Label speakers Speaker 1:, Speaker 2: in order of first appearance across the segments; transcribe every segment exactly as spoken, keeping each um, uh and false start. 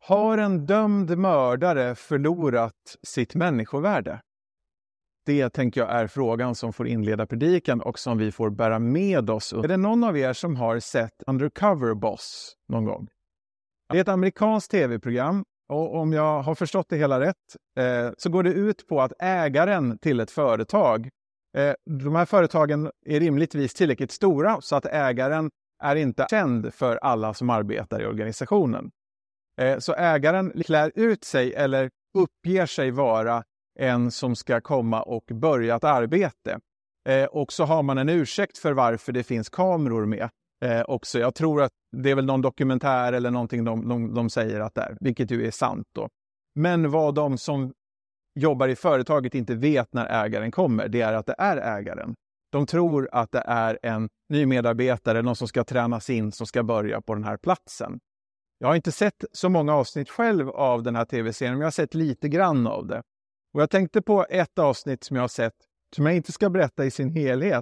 Speaker 1: Har en dömd mördare förlorat sitt människovärde? Det tänker jag är frågan som får inleda predikan och som vi får bära med oss. Är det någon av er som har sett Undercover Boss någon gång? Det är ett amerikanskt tv-program och om jag har förstått det hela rätt eh, så går det ut på att ägaren till ett företag, eh, de här företagen är rimligtvis tillräckligt stora så att ägaren är inte känd för alla som arbetar i organisationen. Eh, så ägaren klär ut sig eller uppger sig vara en som ska komma och börja ett arbete. Eh, och så har man en ursäkt för varför det finns kameror med. Eh, också. Jag tror att det är väl någon dokumentär eller någonting de, de, de säger att det är, vilket ju är sant då. Men vad de som jobbar i företaget inte vet när ägaren kommer, det är att det är ägaren. De tror att det är en ny medarbetare, någon som ska tränas in, som ska börja på den här platsen. Jag har inte sett så många avsnitt själv av den här tv-serien, men jag har sett lite grann av det. Och jag tänkte på ett avsnitt som jag har sett, som jag inte ska berätta i sin helhet.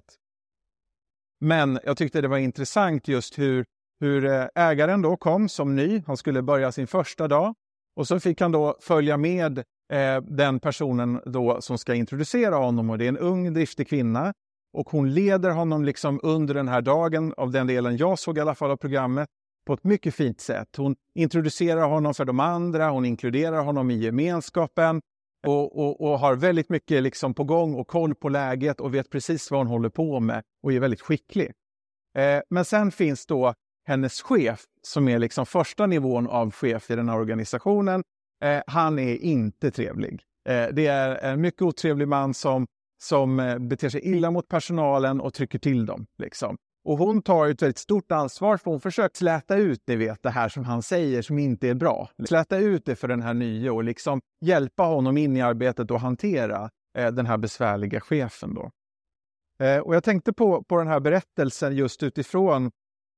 Speaker 1: Men jag tyckte det var intressant just hur, hur ägaren då kom som ny. Han skulle börja sin första dag. Och så fick han då följa med eh, den personen då som ska introducera honom. Och det är en ung, driftig kvinna. Och hon leder honom liksom under den här dagen, av den delen jag såg i alla fall av programmet, på ett mycket fint sätt. Hon introducerar honom för de andra. Hon inkluderar honom i gemenskapen. Och, och, och har väldigt mycket liksom på gång och koll på läget och vet precis vad hon håller på med och är väldigt skicklig. Eh, men sen finns då hennes chef som är liksom första nivån av chef i den här organisationen. Eh, han är inte trevlig. Eh, det är en mycket otrevlig man som, som eh, beter sig illa mot personalen och trycker till dem. Liksom. Och hon tar ett väldigt stort ansvar för hon försöker släta ut ni vet, det här som han säger som inte är bra. Släta ut det för den här nya och liksom hjälpa honom in i arbetet och hantera eh, den här besvärliga chefen då. Eh, och jag tänkte på, på den här berättelsen just utifrån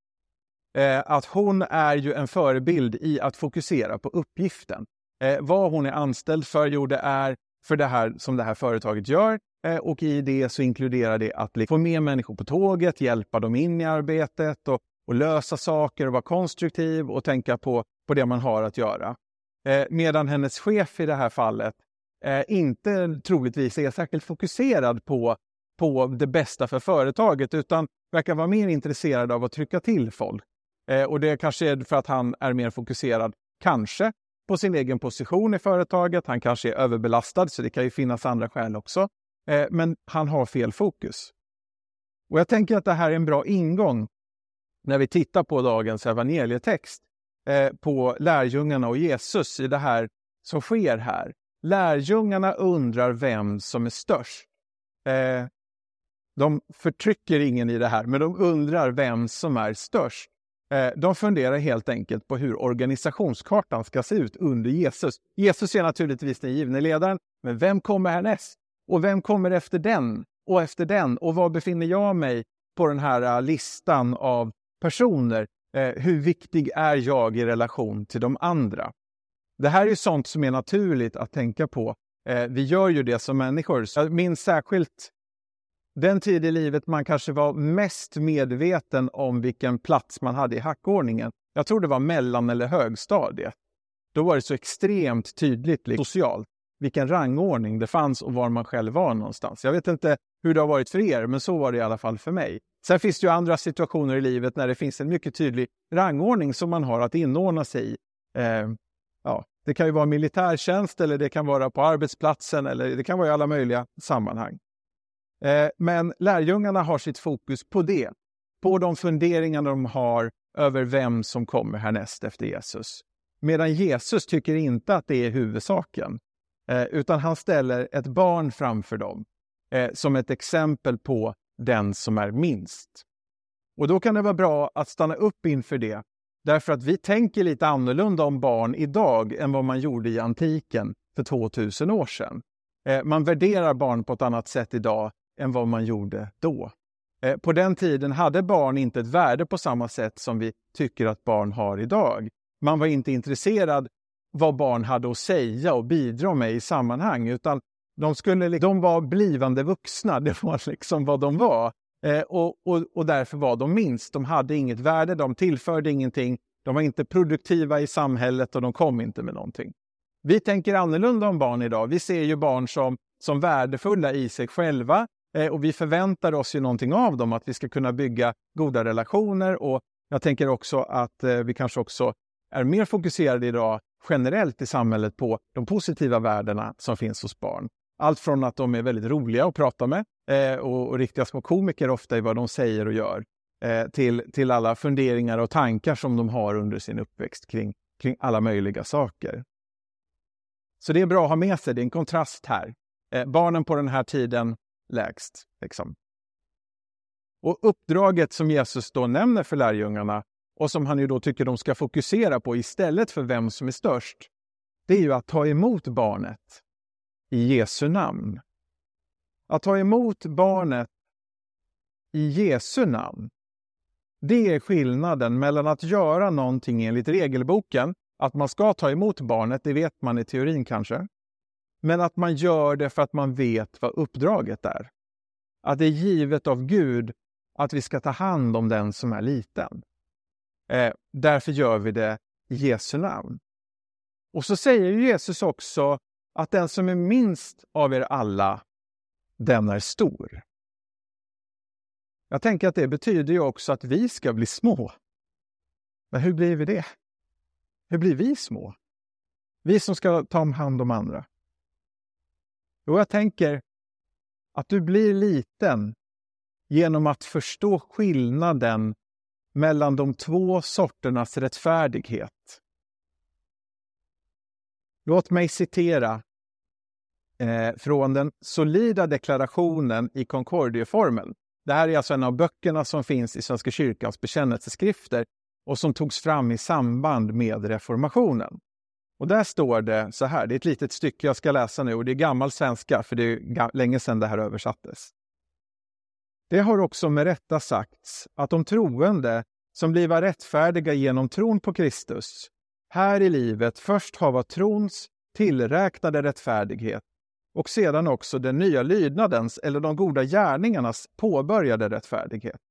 Speaker 1: eh, att hon är ju en förebild i att fokusera på uppgiften. Eh, vad hon är anställd för, jo det är för det här som det här företaget gör. Och i det så inkluderar det att få med människor på tåget, hjälpa dem in i arbetet och, och lösa saker och vara konstruktiv och tänka på, på det man har att göra. Eh, medan hennes chef i det här fallet eh, inte troligtvis är särskilt fokuserad på, på det bästa för företaget utan verkar vara mer intresserad av att trycka till folk. Eh, och det kanske är för att han är mer fokuserad kanske på sin egen position i företaget. Han kanske är överbelastad så det kan ju finnas andra skäl också. Men han har fel fokus. Och jag tänker att det här är en bra ingång när vi tittar på dagens evangelietext. Eh, på lärjungarna och Jesus i det här som sker här. Lärjungarna undrar vem som är störst. Eh, de förtrycker ingen i det här men de undrar vem som är störst. Eh, de funderar helt enkelt på hur organisationskartan ska se ut under Jesus. Jesus är naturligtvis den givne ledaren men vem kommer härnäst? Och vem kommer efter den? Och efter den? Och var befinner jag mig på den här listan av personer? Eh, hur viktig är jag i relation till de andra? Det här är sånt som är naturligt att tänka på. Eh, vi gör ju det som människor. Jag minns särskilt den tid i livet man kanske var mest medveten om vilken plats man hade i hackordningen. Jag tror det var mellan- eller högstadiet. Då var det så extremt tydligt liksom, socialt. Vilken rangordning det fanns och var man själv var någonstans. Jag vet inte hur det har varit för er, men så var det i alla fall för mig. Sen finns det ju andra situationer i livet när det finns en mycket tydlig rangordning som man har att inordna sig i. Eh, ja, det kan ju vara militärtjänst eller det kan vara på arbetsplatsen eller det kan vara i alla möjliga sammanhang. Eh, men lärjungarna har sitt fokus på det. På de funderingar de har över vem som kommer härnäst efter Jesus. Medan Jesus tycker inte att det är huvudsaken. Eh, utan han ställer ett barn framför dem eh, som ett exempel på den som är minst. Och då kan det vara bra att stanna upp inför det. Därför att vi tänker lite annorlunda om barn idag än vad man gjorde i antiken för tvåtusen år sedan. Eh, man värderar barn på ett annat sätt idag än vad man gjorde då. Eh, på den tiden hade barn inte ett värde på samma sätt som vi tycker att barn har idag. Man var inte intresserad vad barn hade att säga och bidra med i sammanhang utan de, skulle, de var blivande vuxna, det var liksom vad de var eh, och, och, och därför var de minst. De hade inget värde, de tillförde ingenting, De var inte produktiva i samhället och de kom inte med någonting. Vi tänker annorlunda om barn idag. Vi ser ju barn som, som värdefulla i sig själva eh, och vi förväntar oss ju någonting av dem, att vi ska kunna bygga goda relationer. Och jag tänker också att eh, vi kanske också är mer fokuserade idag generellt i samhället på de positiva värdena som finns hos barn. Allt från att de är väldigt roliga att prata med eh, och, och riktiga små komiker ofta i vad de säger och gör. Eh, till, till alla funderingar och tankar som de har under sin uppväxt kring, kring alla möjliga saker. Så det är bra att ha med sig, det är en kontrast här. Eh, barnen på den här tiden lägst. Liksom. Och uppdraget som Jesus då nämner för lärjungarna och som han ju då tycker de ska fokusera på istället för vem som är störst, det är ju att ta emot barnet i Jesu namn. Att ta emot barnet i Jesu namn. Det är skillnaden mellan att göra någonting enligt regelboken, att man ska ta emot barnet, det vet man i teorin kanske. Men att man gör det för att man vet vad uppdraget är. Att det är givet av Gud att vi ska ta hand om den som är liten. Eh, därför gör vi det i Jesu namn. Och så säger Jesus också att den som är minst av er alla, den är stor. Jag tänker att det betyder ju också att vi ska bli små. Men hur blir vi det? Hur blir vi små? Vi som ska ta hand om andra. Och jag tänker att du blir liten genom att förstå skillnaden mellan de två sorternas rättfärdighet. Låt mig citera eh, från den solida deklarationen i Concordieformeln. Det här är alltså en av böckerna som finns i Svenska kyrkans bekännelseskrifter och som togs fram i samband med reformationen. Och där står det så här, det är ett litet stycke jag ska läsa nu och det är gammal svenska för det är länge sedan det här översattes. Det har också med rätta sagts att de troende som blir rättfärdiga genom tron på Kristus här i livet först har vad trons tillräknade rättfärdighet och sedan också den nya lydnadens eller de goda gärningarnas påbörjade rättfärdighet.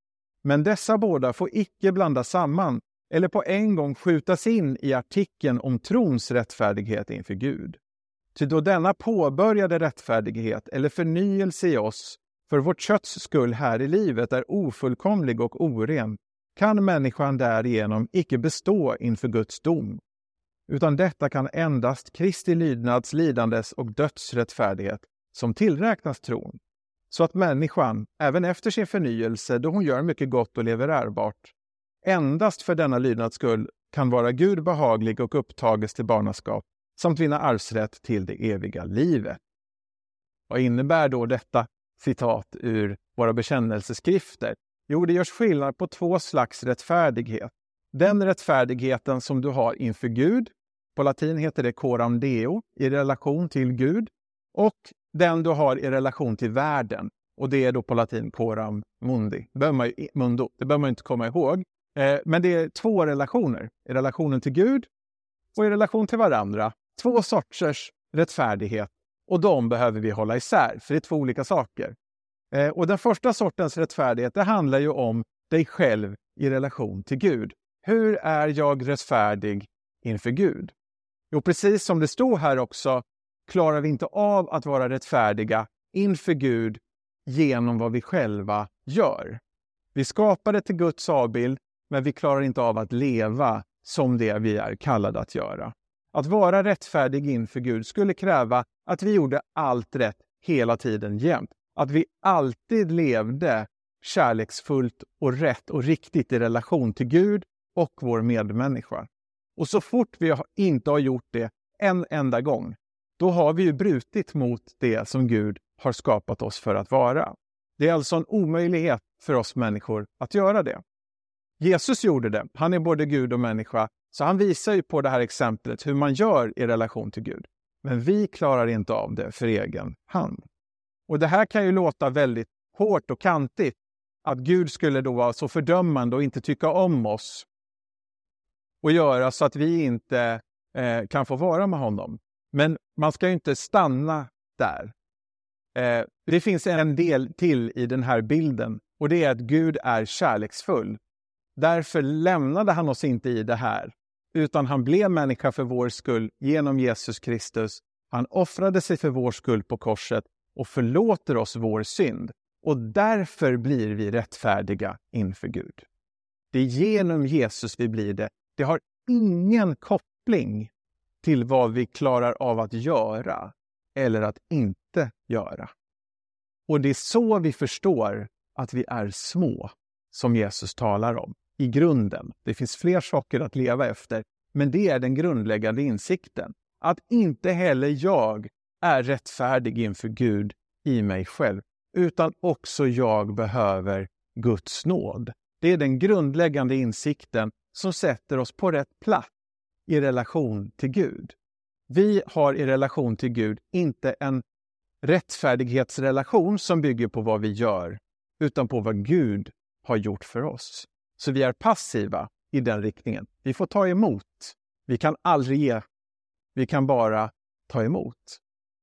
Speaker 1: Men dessa båda får icke blandas samman eller på en gång skjutas in i artikeln om trons rättfärdighet inför Gud. Ty då denna påbörjade rättfärdighet eller förnyelse i oss för vårt kötts skull här i livet är ofullkomlig och oren, kan människan därigenom icke bestå inför Guds dom. Utan detta kan endast Kristi lydnads, lidandes och dödsrättfärdighet som tillräknas tron. Så att människan, även efter sin förnyelse då hon gör mycket gott och lever ärbart, endast för denna lydnads skull kan vara Gud behaglig och upptages till barnaskap samt vinna arvsrätt till det eviga livet. Vad innebär då detta citat ur våra bekännelseskrifter? Jo, det görs skillnad på två slags rättfärdighet. Den rättfärdigheten som du har inför Gud, på latin heter det coram deo, i relation till Gud, och den du har i relation till världen, och det är då på latin coram mundi. Det behöver man, ju, mundo. Det behöver man inte komma ihåg. Eh, men det är två relationer, i relationen till Gud och i relation till varandra. Två sorters rättfärdighet, och de behöver vi hålla isär, för det är två olika saker. Eh, och den första sortens rättfärdighet, det handlar ju om dig själv i relation till Gud. Hur är jag rättfärdig inför Gud? Jo, precis som det står här också, klarar vi inte av att vara rättfärdiga inför Gud genom vad vi själva gör. Vi skapade till Guds avbild, men vi klarar inte av att leva som det vi är kallade att göra. Att vara rättfärdig inför Gud skulle kräva att vi gjorde allt rätt hela tiden jämt. Att vi alltid levde kärleksfullt och rätt och riktigt i relation till Gud och vår medmänniska. Och så fort vi inte har gjort det en enda gång, då har vi ju brutit mot det som Gud har skapat oss för att vara. Det är alltså en omöjlighet för oss människor att göra det. Jesus gjorde det. Han är både Gud och människa, så han visar ju på det här exemplet hur man gör i relation till Gud. Men vi klarar inte av det för egen hand. Och det här kan ju låta väldigt hårt och kantigt, att Gud skulle då vara så fördömande och inte tycka om oss och göra så att vi inte eh, kan få vara med honom. Men man ska ju inte stanna där. Eh, det finns en del till i den här bilden, och det är att Gud är kärleksfull. Därför lämnade han oss inte i det här, utan han blev människa för vår skull genom Jesus Kristus. Han offrade sig för vår skull på korset och förlåter oss vår synd. Och därför blir vi rättfärdiga inför Gud. Det är genom Jesus vi blir det. Det har ingen koppling till vad vi klarar av att göra eller att inte göra. Och det är så vi förstår att vi är små, som Jesus talar om, i grunden. Det finns fler saker att leva efter, men det är den grundläggande insikten. Att inte heller jag är rättfärdig inför Gud i mig själv, utan också jag behöver Guds nåd. Det är den grundläggande insikten som sätter oss på rätt plats i relation till Gud. Vi har i relation till Gud inte en rättfärdighetsrelation som bygger på vad vi gör, utan på vad Gud har gjort för oss. Så vi är passiva i den riktningen. Vi får ta emot. Vi kan aldrig ge. Vi kan bara ta emot.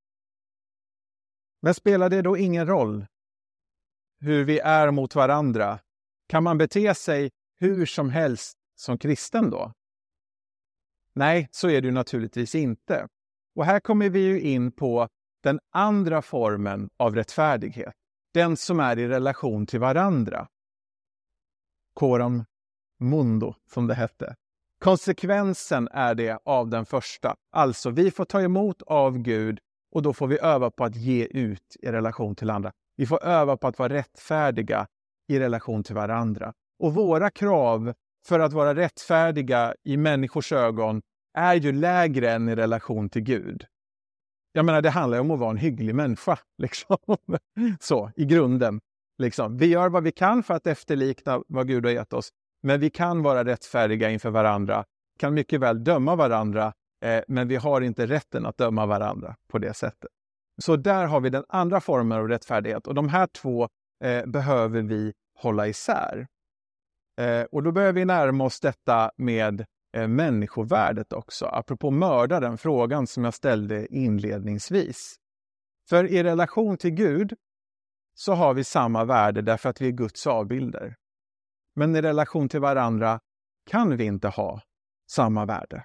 Speaker 1: Men spelar det då ingen roll hur vi är mot varandra? Kan man bete sig hur som helst som kristen då? Nej, så är det ju naturligtvis inte. Och här kommer vi ju in på den andra formen av rättfärdighet. Den som är i relation till varandra. Coram mundo, som det hette. Konsekvensen är det av den första. Alltså, vi får ta emot av Gud och då får vi öva på att ge ut i relation till andra. Vi får öva på att vara rättfärdiga i relation till varandra. Och våra krav för att vara rättfärdiga i människors ögon är ju lägre än i relation till Gud. Jag menar, det handlar om att vara en hygglig människa. Liksom. Så, i grunden. Liksom. Vi gör vad vi kan för att efterlikna vad Gud har gett oss. Men vi kan vara rättfärdiga inför varandra. Kan mycket väl döma varandra. Eh, men vi har inte rätten att döma varandra på det sättet. Så där har vi den andra formen av rättfärdighet. Och de här två eh, behöver vi hålla isär. Eh, och då behöver vi närma oss detta med eh, människovärdet också. Apropå mördaren, frågan som jag ställde inledningsvis. För i relation till Gud så har vi samma värde därför att vi är Guds avbilder. Men i relation till varandra kan vi inte ha samma värde.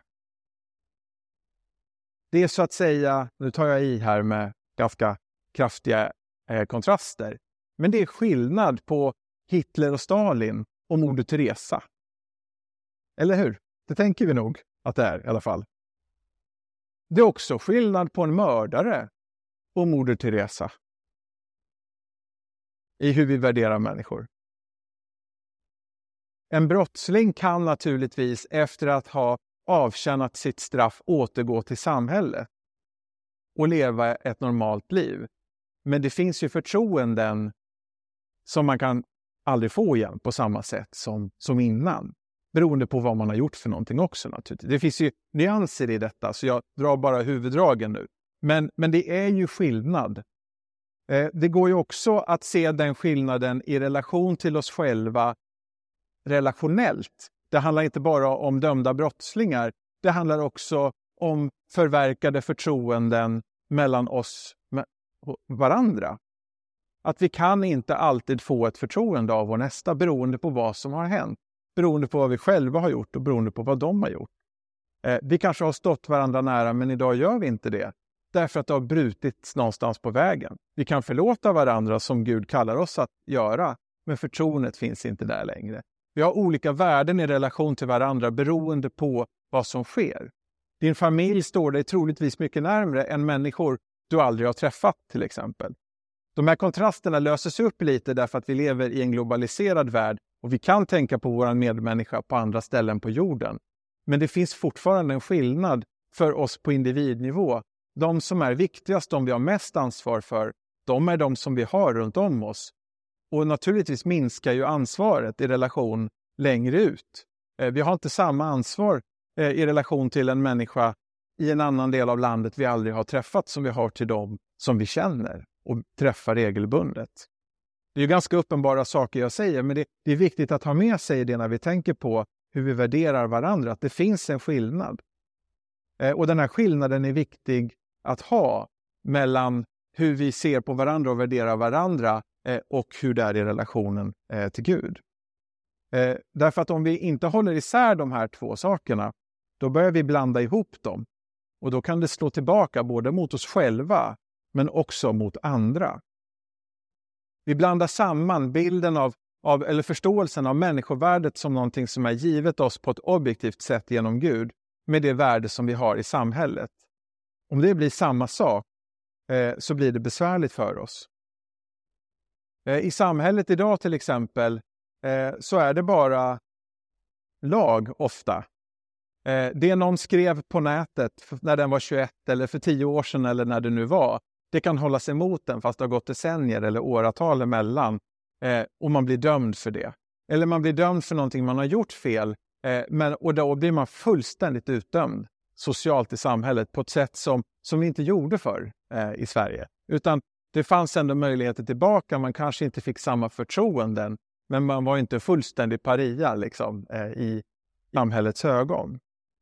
Speaker 1: Det är så att säga, nu tar jag i här med ganska kraftiga eh, kontraster. Men det är skillnad på Hitler och Stalin och Moder Teresa. Eller hur? Det tänker vi nog att det är i alla fall. Det är också skillnad på en mördare och Moder Teresa. I hur vi värderar människor. En brottsling kan naturligtvis efter att ha avtjänat sitt straff återgå till samhället och leva ett normalt liv. Men det finns ju förtroenden som man kan aldrig få igen på samma sätt som, som innan. Beroende på vad man har gjort för någonting också naturligtvis. Det finns ju nyanser i detta så jag drar bara huvuddragen nu. Men, men det är ju skillnad. Eh, det går ju också att se den skillnaden i relation till oss själva relationellt. Det handlar inte bara om dömda brottslingar. Det handlar också om förverkade förtroenden mellan oss och varandra. Att vi kan inte alltid få ett förtroende av vår nästa beroende på vad som har hänt. Beroende på vad vi själva har gjort och beroende på vad de har gjort. Eh, vi kanske har stått varandra nära men idag gör vi inte det. Därför att det har brutits någonstans på vägen. Vi kan förlåta varandra som Gud kallar oss att göra. Men förtroendet finns inte där längre. Vi har olika värden i relation till varandra beroende på vad som sker. Din familj står dig troligtvis mycket närmare än människor du aldrig har träffat till exempel. De här kontrasterna löses upp lite därför att vi lever i en globaliserad värld och vi kan tänka på vår medmänniska på andra ställen på jorden. Men det finns fortfarande en skillnad för oss på individnivå. De som är viktigast, de vi har mest ansvar för, de är de som vi har runt om oss. Och naturligtvis minskar ju ansvaret i relation längre ut. Vi har inte samma ansvar i relation till en människa i en annan del av landet vi aldrig har träffat som vi har till dem som vi känner och träffar regelbundet. Det är ju ganska uppenbara saker jag säger, men det, det är viktigt att ha med sig det när vi tänker på hur vi värderar varandra, att det finns en skillnad. Och den här skillnaden är viktig att ha mellan hur vi ser på varandra och värderar varandra och hur det är i relationen till Gud. Eh, därför att om vi inte håller isär de här två sakerna, då börjar vi blanda ihop dem. Och då kan det slå tillbaka både mot oss själva, men också mot andra. Vi blandar samman bilden av, av eller förståelsen av människovärdet som någonting som är givet oss på ett objektivt sätt genom Gud, med det värde som vi har i samhället. Om det blir samma sak, eh, så blir det besvärligt för oss. Eh, I samhället idag till exempel, eh, så är det bara lag ofta. Eh, det någon skrev på nätet när den var tjugoett eller för tio år sedan eller när det nu var, det kan hållas emot den fast det har gått decennier eller åratal emellan, eh, och man blir dömd för det. Eller man blir dömd för någonting man har gjort fel, eh, men, och då blir man fullständigt utdömd socialt i samhället på ett sätt som, som vi inte gjorde förr eh, i Sverige. Utan det fanns ändå möjligheter tillbaka, man kanske inte fick samma förtroenden, men man var inte fullständig paria liksom, eh, i samhällets ögon.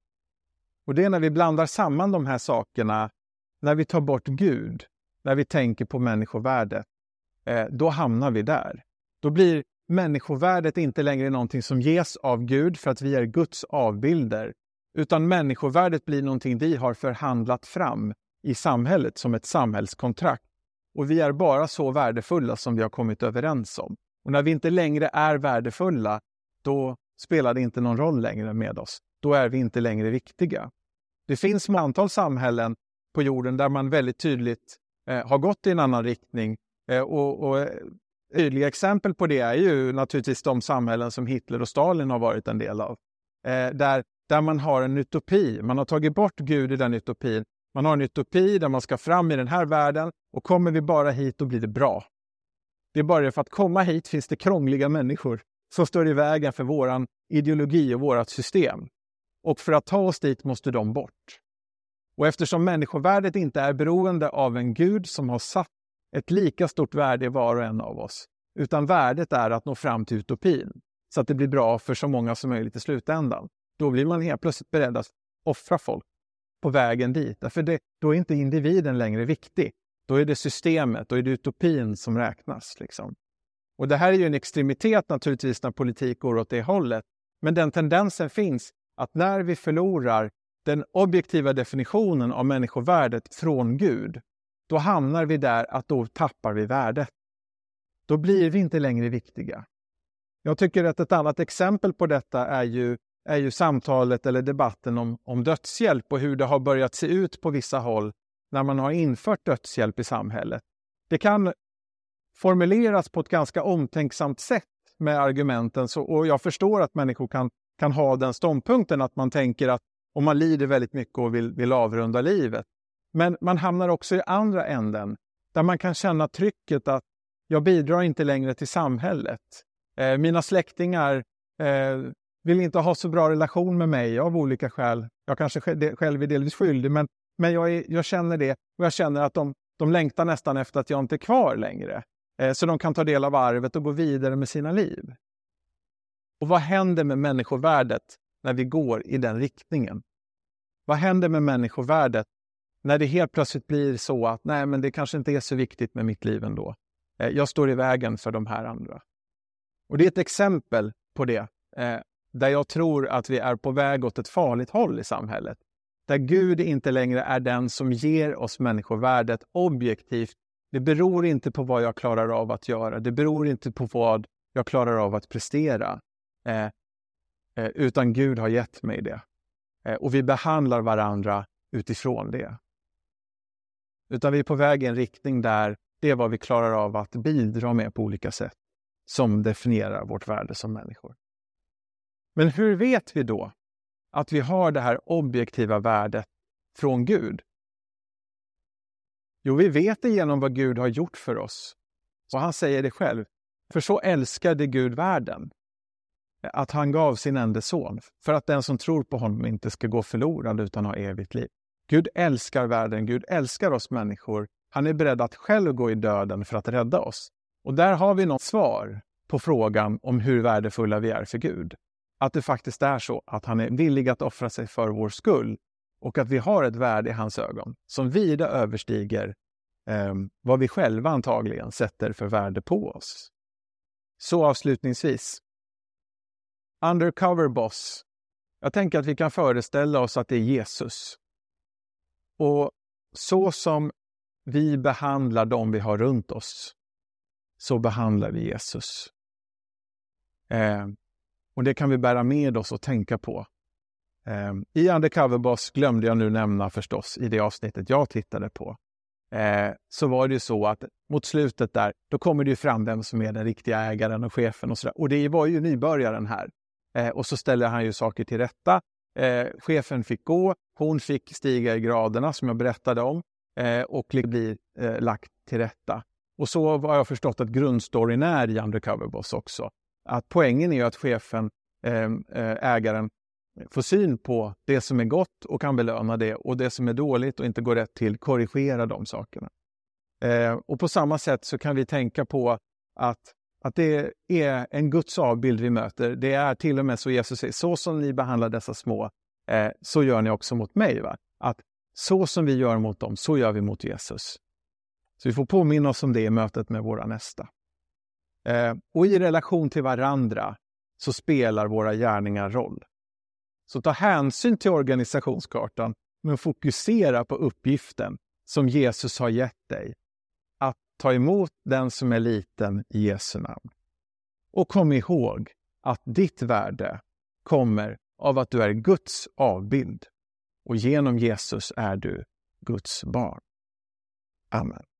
Speaker 1: Och det är när vi blandar samman de här sakerna, när vi tar bort Gud, när vi tänker på människovärdet, eh, då hamnar vi där. Då blir människovärdet inte längre någonting som ges av Gud för att vi är Guds avbilder, utan människovärdet blir någonting vi har förhandlat fram i samhället som ett samhällskontrakt. Och vi är bara så värdefulla som vi har kommit överens om. Och när vi inte längre är värdefulla, då spelar det inte någon roll längre med oss. Då är vi inte längre viktiga. Det finns ett antal samhällen på jorden där man väldigt tydligt eh, har gått i en annan riktning. Eh, och, och tydliga exempel på det är ju naturligtvis de samhällen som Hitler och Stalin har varit en del av. Eh, där, där man har en utopi. Man har tagit bort Gud i den utopin. Man har en utopi där man ska fram i den här världen, och kommer vi bara hit då blir det bra. Det är bara för att komma hit finns det krångliga människor som står i vägen för våran ideologi och vårat system. Och för att ta oss dit måste de bort. Och eftersom människovärdet inte är beroende av en Gud som har satt ett lika stort värde i var och en av oss, utan värdet är att nå fram till utopin så att det blir bra för så många som möjligt i slutändan, då blir man helt plötsligt beredd att offra folk på vägen dit. Därför det, då är inte individen längre viktig. Då är det systemet, då är det utopin som räknas. Liksom. Och det här är ju en extremitet naturligtvis när politik går åt det hållet. Men den tendensen finns att när vi förlorar den objektiva definitionen av människovärdet från Gud, då hamnar vi där att då tappar vi värdet. Då blir vi inte längre viktiga. Jag tycker att ett annat exempel på detta är ju, är ju samtalet eller debatten om, om dödshjälp och hur det har börjat se ut på vissa håll när man har infört dödshjälp i samhället. Det kan formuleras på ett ganska omtänksamt sätt med argumenten, så, och jag förstår att människor kan, kan ha den ståndpunkten att man tänker att om man lider väldigt mycket och vill, vill avrunda livet. Men man hamnar också i andra änden där man kan känna trycket att jag bidrar inte längre till samhället. Eh, mina släktingar eh, vill inte ha så bra relation med mig av olika skäl. Jag kanske själv är delvis skyldig, men, men jag, är, jag känner det, och jag känner att de, de längtar nästan efter att jag inte är kvar längre. Eh, så de kan ta del av arvet och gå vidare med sina liv. Och vad händer med människovärdet när vi går i den riktningen? Vad händer med människovärdet när det helt plötsligt blir så att nej, men det kanske inte är så viktigt med mitt liv ändå. Eh, jag står i vägen för de här andra. Och det är ett exempel på det. Eh, där jag tror att vi är på väg åt ett farligt håll i samhället. Där Gud inte längre är den som ger oss människovärdet objektivt. Det beror inte på vad jag klarar av att göra. Det beror inte på vad jag klarar av att prestera. Eh, eh, utan Gud har gett mig det. Eh, och vi behandlar varandra utifrån det. Utan vi är på väg i en riktning där det är vad vi klarar av att bidra med på olika sätt. Som definierar vårt värde som människor. Men hur vet vi då att vi har det här objektiva värdet från Gud? Jo, vi vet det genom vad Gud har gjort för oss. Och han säger det själv. För så älskade Gud världen, att han gav sin enda son, för att den som tror på honom inte ska gå förlorad utan ha evigt liv. Gud älskar världen, Gud älskar oss människor. Han är beredd att själv gå i döden för att rädda oss. Och där har vi något svar på frågan om hur värdefulla vi är för Gud. Att det faktiskt är så att han är villig att offra sig för vår skull. Och att vi har ett värde i hans ögon som vida överstiger eh, vad vi själva antagligen sätter för värde på oss. Så avslutningsvis. undercover boss. Jag tänker att vi kan föreställa oss att det är Jesus. Och så som vi behandlar dem vi har runt oss, så behandlar vi Jesus. Eh, och det kan vi bära med oss och tänka på. Eh, I Undercover Boss glömde jag nu nämna förstås i det avsnittet jag tittade på. Eh, så var det ju så att mot slutet där, då kommer det ju fram vem som är den riktiga ägaren och chefen och sådär. Och det var ju nybörjaren här. Eh, och så ställer han ju saker till rätta. Eh, chefen fick gå, hon fick stiga i graderna som jag berättade om. Eh, och bli eh, lagt till rätta. Och så har jag förstått att grundstoryn är i Undercover Boss också. Att poängen är ju att chefen, eh, ägaren, får syn på det som är gott och kan belöna det. Och det som är dåligt och inte går rätt till, korrigera de sakerna. Eh, och på samma sätt så kan vi tänka på att, att det är en Guds avbild vi möter. Det är till och med så Jesus säger, så som ni behandlar dessa små, eh, så gör ni också mot mig. Va? Att så som vi gör mot dem, så gör vi mot Jesus. Så vi får påminna oss om det i mötet med våra nästa. Eh, och i relation till varandra så spelar våra gärningar roll. Så ta hänsyn till organisationskartan, men fokusera på uppgiften som Jesus har gett dig. Att ta emot den som är liten i Jesu namn. Och kom ihåg att ditt värde kommer av att du är Guds avbild. Och genom Jesus är du Guds barn. Amen.